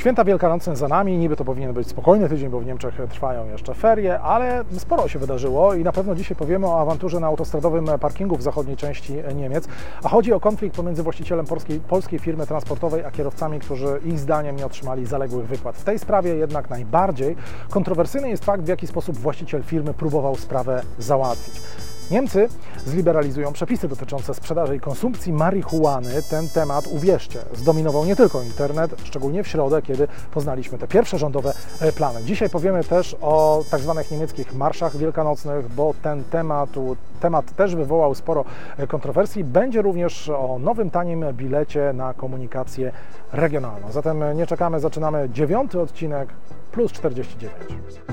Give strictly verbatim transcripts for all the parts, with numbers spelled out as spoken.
Święta wielkanocne za nami, niby to powinien być spokojny tydzień, bo w Niemczech trwają jeszcze ferie, ale sporo się wydarzyło i na pewno dzisiaj powiemy o awanturze na autostradowym parkingu w zachodniej części Niemiec, a chodzi o konflikt pomiędzy właścicielem polskiej, polskiej firmy transportowej a kierowcami, którzy ich zdaniem nie otrzymali zaległych wypłat. W tej sprawie jednak najbardziej kontrowersyjny jest fakt, w jaki sposób właściciel firmy próbował sprawę załatwić. Niemcy zliberalizują przepisy dotyczące sprzedaży i konsumpcji marihuany. Ten temat, uwierzcie, zdominował nie tylko internet, szczególnie w środę, kiedy poznaliśmy te pierwsze rządowe plany. Dzisiaj powiemy też o tak zwanych niemieckich marszach wielkanocnych, bo ten temat, temat też wywołał sporo kontrowersji. Będzie również o nowym, tanim bilecie na komunikację regionalną. Zatem nie czekamy, zaczynamy dziewiąty odcinek plus czterdzieści dziewięć.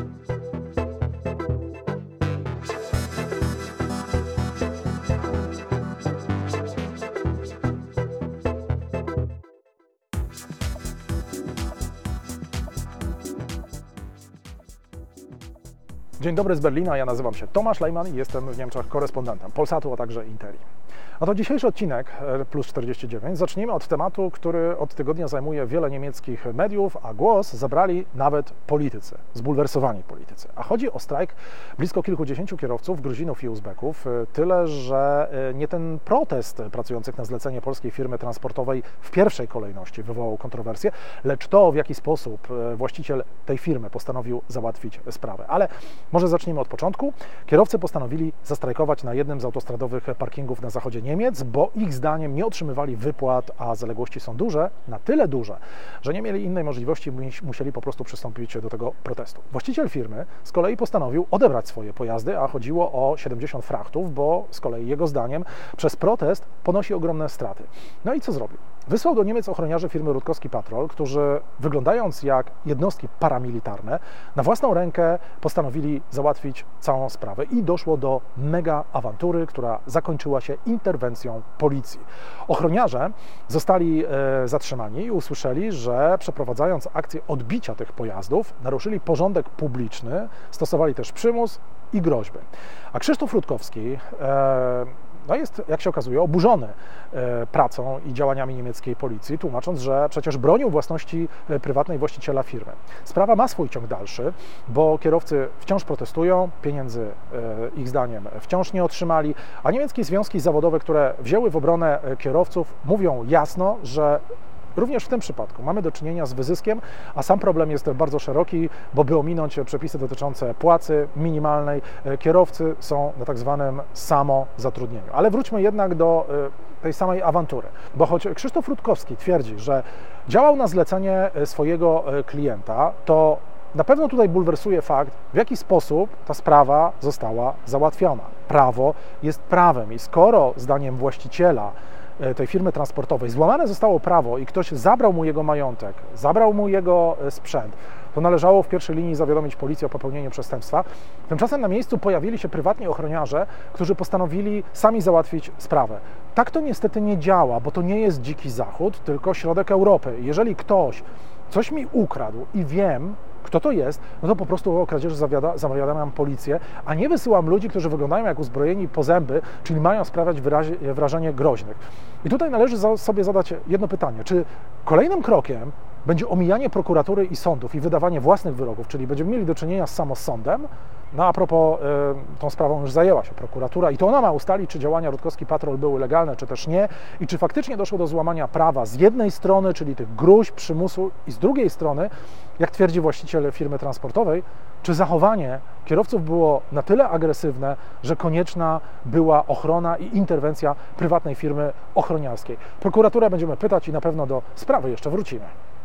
Dzień dobry z Berlina, ja nazywam się Tomasz Lejman i jestem w Niemczech korespondentem Polsatu, a także Interi. No to dzisiejszy odcinek plus czterdzieści dziewięć zacznijmy od tematu, który od tygodnia zajmuje wiele niemieckich mediów, a głos zabrali nawet politycy, zbulwersowani politycy. A chodzi o strajk blisko kilkudziesięciu kierowców, Gruzinów i Uzbeków. Tyle, że nie ten protest pracujących na zlecenie polskiej firmy transportowej w pierwszej kolejności wywołał kontrowersję, lecz to, w jaki sposób właściciel tej firmy postanowił załatwić sprawę. Ale może zacznijmy od początku. Kierowcy postanowili zastrajkować na jednym z autostradowych parkingów na zachodzie Niemiec, bo ich zdaniem nie otrzymywali wypłat, a zaległości są duże, na tyle duże, że nie mieli innej możliwości, musieli po prostu przystąpić do tego protestu. Właściciel firmy z kolei postanowił odebrać swoje pojazdy, a chodziło o siedemdziesiąt frachtów, bo z kolei jego zdaniem przez protest ponosi ogromne straty. No i co zrobił? Wysłał do Niemiec ochroniarzy firmy Rutkowski Patrol, którzy wyglądając jak jednostki paramilitarne, na własną rękę postanowili załatwić całą sprawę i doszło do mega awantury, która zakończyła się interwencją policji. Ochroniarze zostali e, zatrzymani i usłyszeli, że przeprowadzając akcję odbicia tych pojazdów, naruszyli porządek publiczny, stosowali też przymus i groźby. A Krzysztof Rutkowski e, No jest, jak się okazuje, oburzony e, pracą i działaniami niemieckiej policji, tłumacząc, że przecież bronił własności prywatnej właściciela firmy. Sprawa ma swój ciąg dalszy, bo kierowcy wciąż protestują, pieniędzy e, ich zdaniem wciąż nie otrzymali, a niemieckie związki zawodowe, które wzięły w obronę kierowców, mówią jasno, że również w tym przypadku mamy do czynienia z wyzyskiem, a sam problem jest bardzo szeroki, bo by ominąć przepisy dotyczące płacy minimalnej, kierowcy są na tak zwanym samozatrudnieniu. Ale wróćmy jednak do tej samej awantury, bo choć Krzysztof Rutkowski twierdzi, że działał na zlecenie swojego klienta, to na pewno tutaj bulwersuje fakt, w jaki sposób ta sprawa została załatwiona. Prawo jest prawem i skoro zdaniem właściciela tej firmy transportowej złamane zostało prawo i ktoś zabrał mu jego majątek, zabrał mu jego sprzęt, to należało w pierwszej linii zawiadomić policję o popełnieniu przestępstwa. Tymczasem na miejscu pojawili się prywatni ochroniarze, którzy postanowili sami załatwić sprawę. Tak to niestety nie działa, bo to nie jest dziki zachód, tylko środek Europy. Jeżeli ktoś coś mi ukradł i wiem, kto to jest, no to po prostu o kradzieży zawiada, zawiadamiam policję, a nie wysyłam ludzi, którzy wyglądają jak uzbrojeni po zęby, czyli mają sprawiać wyrazie, wrażenie groźnych. I tutaj należy za, sobie zadać jedno pytanie, czy kolejnym krokiem będzie omijanie prokuratury i sądów i wydawanie własnych wyroków, czyli będziemy mieli do czynienia z samosądem. No a propos, y, tą sprawą już zajęła się prokuratura i to ona ma ustalić, czy działania Rutkowski Patrol były legalne, czy też nie i czy faktycznie doszło do złamania prawa z jednej strony, czyli tych gruźb, przymusu i z drugiej strony, jak twierdzi właściciel firmy transportowej, czy zachowanie kierowców było na tyle agresywne, że konieczna była ochrona i interwencja prywatnej firmy ochroniarskiej. Prokuraturę będziemy pytać i na pewno do sprawy jeszcze wrócimy.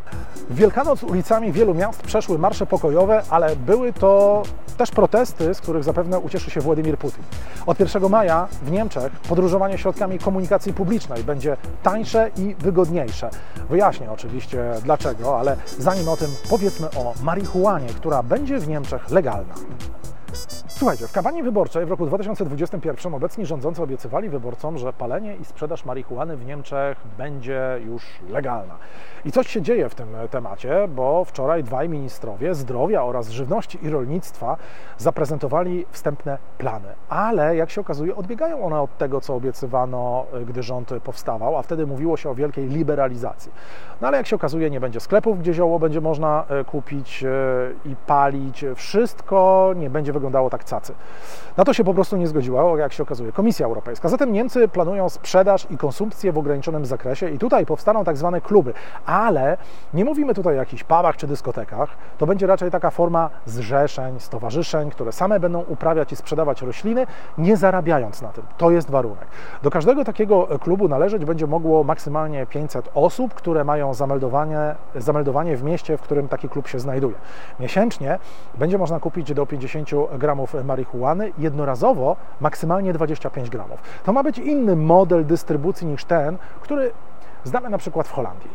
W Wielkanoc ulicami wielu miast przeszły marsze pokojowe, ale były to też protesty, z których zapewne ucieszy się Władimir Putin. Od pierwszego maja w Niemczech podróżowanie środkami komunikacji publicznej będzie tańsze i wygodniejsze. Wyjaśnię oczywiście dlaczego, ale zanim o tym powiedzmy o marihuanie, która będzie w Niemczech legalna. Słuchajcie, w kampanii wyborczej w roku dwa tysiące dwudziestym pierwszym obecni rządzący obiecywali wyborcom, że palenie i sprzedaż marihuany w Niemczech będzie już legalna. I coś się dzieje w tym temacie, bo wczoraj dwaj ministrowie zdrowia oraz żywności i rolnictwa zaprezentowali wstępne plany. Ale jak się okazuje, odbiegają one od tego, co obiecywano, gdy rząd powstawał, a wtedy mówiło się o wielkiej liberalizacji. No ale jak się okazuje, nie będzie sklepów, gdzie zioło będzie można kupić i palić. Wszystko nie będzie wyglądało tak cacy. Na to się po prostu nie zgodziła, jak się okazuje, Komisja Europejska. Zatem Niemcy planują sprzedaż i konsumpcję w ograniczonym zakresie i tutaj powstaną tak zwane kluby. Ale nie mówimy tutaj o jakichś pubach czy dyskotekach. To będzie raczej taka forma zrzeszeń, stowarzyszeń, które same będą uprawiać i sprzedawać rośliny, nie zarabiając na tym. To jest warunek. Do każdego takiego klubu należeć będzie mogło maksymalnie pięćset osób, które mają zameldowanie, zameldowanie w mieście, w którym taki klub się znajduje. Miesięcznie będzie można kupić do pięćdziesięciu gramów marihuany, jednorazowo maksymalnie dwadzieścia pięć gramów. To ma być inny model dystrybucji niż ten, który znamy na przykład w Holandii.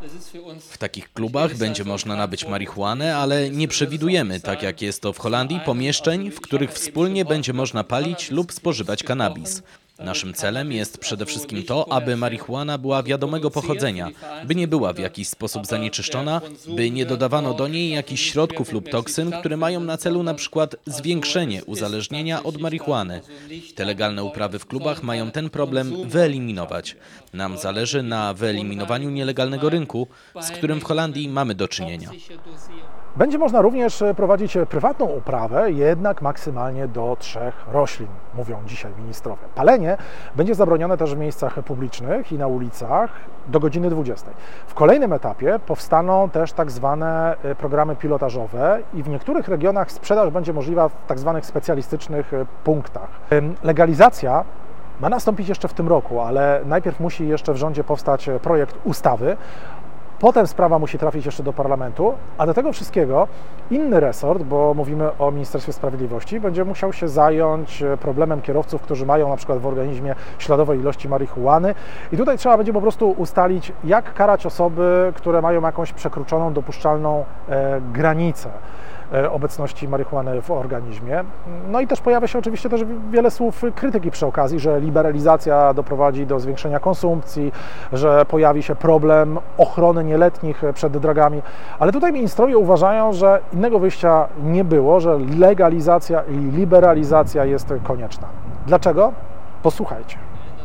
W takich klubach będzie można nabyć marihuanę, ale nie przewidujemy, tak jak jest to w Holandii, pomieszczeń, w których wspólnie będzie można palić lub spożywać kanabis. Naszym celem jest przede wszystkim to, aby marihuana była wiadomego pochodzenia, by nie była w jakiś sposób zanieczyszczona, by nie dodawano do niej jakichś środków lub toksyn, które mają na celu na przykład zwiększenie uzależnienia od marihuany. Te legalne uprawy w klubach mają ten problem wyeliminować. Nam zależy na wyeliminowaniu nielegalnego rynku, z którym w Holandii mamy do czynienia. Będzie można również prowadzić prywatną uprawę, jednak maksymalnie do trzech roślin, mówią dzisiaj ministrowie. Palenie będzie zabronione też w miejscach publicznych i na ulicach do godziny dwudziestej. W kolejnym etapie powstaną też tak zwane programy pilotażowe i w niektórych regionach sprzedaż będzie możliwa w tak zwanych specjalistycznych punktach. Legalizacja ma nastąpić jeszcze w tym roku, ale najpierw musi jeszcze w rządzie powstać projekt ustawy. Potem sprawa musi trafić jeszcze do parlamentu, a do tego wszystkiego inny resort, bo mówimy o Ministerstwie Sprawiedliwości, będzie musiał się zająć problemem kierowców, którzy mają na przykład w organizmie śladowe ilości marihuany. I tutaj trzeba będzie po prostu ustalić, jak karać osoby, które mają jakąś przekroczoną, dopuszczalną e, granicę obecności marihuany w organizmie. No i też pojawia się oczywiście też wiele słów krytyki przy okazji, że liberalizacja doprowadzi do zwiększenia konsumpcji, że pojawi się problem ochrony nieletnich przed drogami, ale tutaj ministrowie uważają, że innego wyjścia nie było, że legalizacja i liberalizacja jest konieczna. Dlaczego? Posłuchajcie.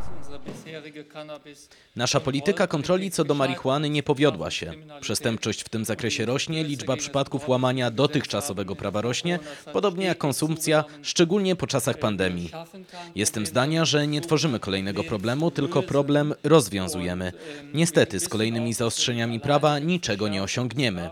Nasza polityka kontroli co do marihuany nie powiodła się. Przestępczość w tym zakresie rośnie, liczba przypadków łamania dotychczasowego prawa rośnie, podobnie jak konsumpcja, szczególnie po czasach pandemii. Jestem zdania, że nie tworzymy kolejnego problemu, tylko problem rozwiązujemy. Niestety z kolejnymi zaostrzeniami prawa niczego nie osiągniemy.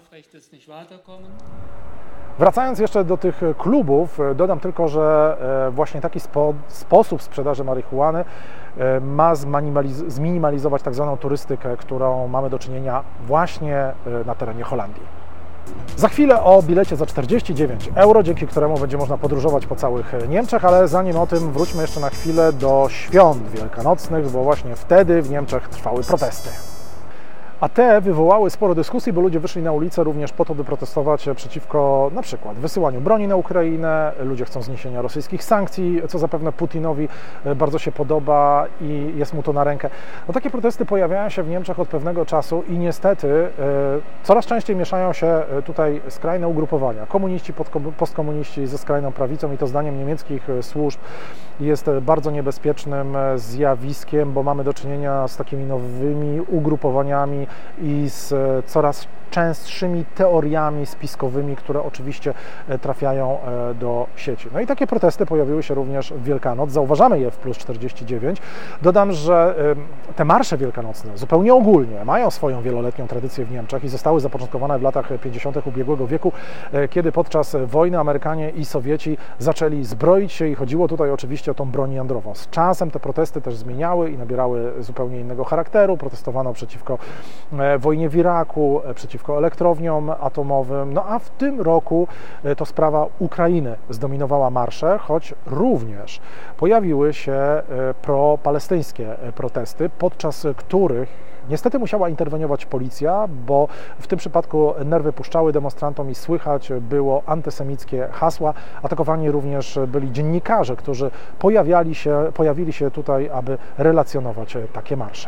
Wracając jeszcze do tych klubów, dodam tylko, że właśnie taki spo, sposób sprzedaży marihuany ma zminimalizować tak zwaną turystykę, którą mamy do czynienia właśnie na terenie Holandii. Za chwilę o bilecie za czterdzieści dziewięć euro, dzięki któremu będzie można podróżować po całych Niemczech, ale zanim o tym wróćmy jeszcze na chwilę do świąt wielkanocnych, bo właśnie wtedy w Niemczech trwały protesty. A te wywołały sporo dyskusji, bo ludzie wyszli na ulicę również po to, by protestować przeciwko na przykład wysyłaniu broni na Ukrainę, ludzie chcą zniesienia rosyjskich sankcji, co zapewne Putinowi bardzo się podoba i jest mu to na rękę. No, takie protesty pojawiają się w Niemczech od pewnego czasu i niestety e, coraz częściej mieszają się tutaj skrajne ugrupowania, komuniści, postkomuniści ze skrajną prawicą i to zdaniem niemieckich służb jest bardzo niebezpiecznym zjawiskiem, bo mamy do czynienia z takimi nowymi ugrupowaniami i z coraz częstszymi teoriami spiskowymi, które oczywiście trafiają do sieci. No i takie protesty pojawiły się również w Wielkanoc. Zauważamy je w plus czterdzieści dziewięć. Dodam, że te marsze wielkanocne zupełnie ogólnie mają swoją wieloletnią tradycję w Niemczech i zostały zapoczątkowane w latach pięćdziesiątych ubiegłego wieku, kiedy podczas wojny Amerykanie i Sowieci zaczęli zbroić się i chodziło tutaj oczywiście o tą broń jądrową. Z czasem te protesty też zmieniały i nabierały zupełnie innego charakteru. Protestowano przeciwko wojnie w Iraku, przeciwko elektrowniom atomowym. No a w tym roku to sprawa Ukrainy zdominowała marsze, choć również pojawiły się propalestyńskie protesty, podczas których Niestety musiała interweniować policja, bo w tym przypadku nerwy puszczały demonstrantom i słychać było antysemickie hasła. Atakowani również byli dziennikarze, którzy pojawiali się, pojawili się tutaj, aby relacjonować takie marsze.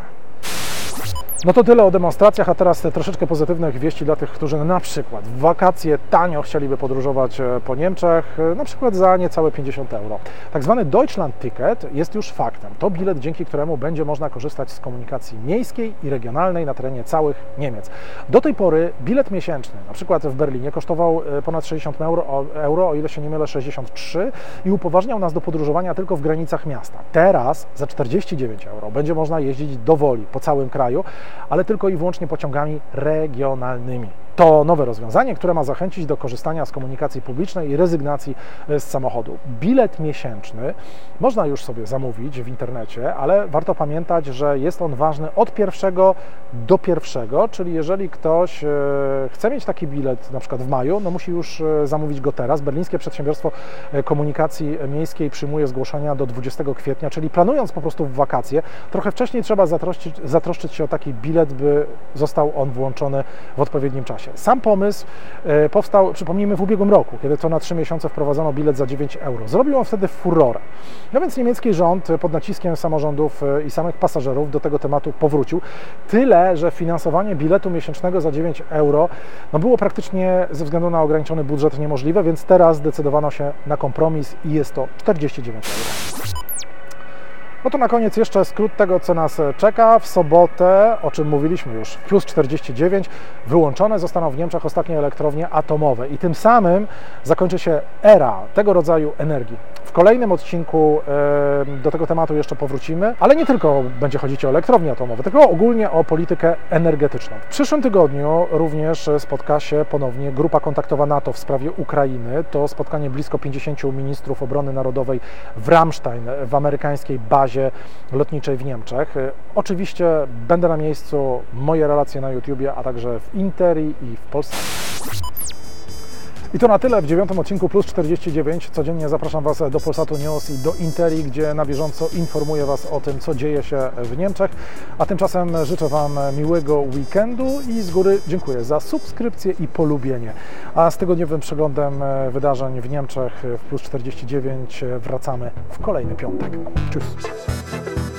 No to tyle o demonstracjach, a teraz troszeczkę pozytywnych wieści dla tych, którzy na przykład w wakacje tanio chcieliby podróżować po Niemczech, na przykład za niecałe pięćdziesiąt euro. Tak zwany Deutschland Ticket jest już faktem. To bilet, dzięki któremu będzie można korzystać z komunikacji miejskiej i regionalnej na terenie całych Niemiec. Do tej pory bilet miesięczny, na przykład w Berlinie, kosztował ponad sześćdziesiąt euro, euro, o ile się nie mylę sześćdziesiąt trzy i upoważniał nas do podróżowania tylko w granicach miasta. Teraz za czterdzieści dziewięć euro będzie można jeździć do woli po całym kraju, ale tylko i wyłącznie pociągami regionalnymi. To nowe rozwiązanie, które ma zachęcić do korzystania z komunikacji publicznej i rezygnacji z samochodu. Bilet miesięczny można już sobie zamówić w internecie, ale warto pamiętać, że jest on ważny od pierwszego do pierwszego, czyli jeżeli ktoś chce mieć taki bilet na przykład w maju, no musi już zamówić go teraz. Berlińskie Przedsiębiorstwo Komunikacji Miejskiej przyjmuje zgłoszenia do dwudziestego kwietnia, czyli planując po prostu w wakacje, trochę wcześniej trzeba zatroszczyć, zatroszczyć się o taki bilet, by został on włączony w odpowiednim czasie. Sam pomysł powstał, przypomnijmy, w ubiegłym roku, kiedy to na trzy miesiące wprowadzono bilet za dziewięć euro. Zrobił on wtedy furorę. No więc niemiecki rząd pod naciskiem samorządów i samych pasażerów do tego tematu powrócił. Tyle, że finansowanie biletu miesięcznego za dziewięć euro no było praktycznie ze względu na ograniczony budżet niemożliwe, więc teraz zdecydowano się na kompromis i jest to czterdzieści dziewięć euro. No to na koniec jeszcze skrót tego, co nas czeka. W sobotę, o czym mówiliśmy już, w plus czterdzieści dziewięć, wyłączone zostaną w Niemczech ostatnie elektrownie atomowe i tym samym zakończy się era tego rodzaju energii. W kolejnym odcinku do tego tematu jeszcze powrócimy, ale nie tylko będzie chodzić o elektrownie atomowe, tylko ogólnie o politykę energetyczną. W przyszłym tygodniu również spotka się ponownie grupa kontaktowa NATO w sprawie Ukrainy. To spotkanie blisko pięćdziesięciu ministrów obrony narodowej w Ramstein, w amerykańskiej bazie lotniczej w Niemczech. Oczywiście będę na miejscu, moje relacje na YouTubie, a także w Interi i w Polsce. I to na tyle w dziewiątym odcinku plus czterdzieści dziewięć. Codziennie zapraszam Was do Polsatu News i do Interi, gdzie na bieżąco informuję Was o tym, co dzieje się w Niemczech. A tymczasem życzę Wam miłego weekendu i z góry dziękuję za subskrypcję i polubienie. A z tygodniowym przeglądem wydarzeń w Niemczech w plus czterdzieści dziewięć wracamy w kolejny piątek. Tschüss!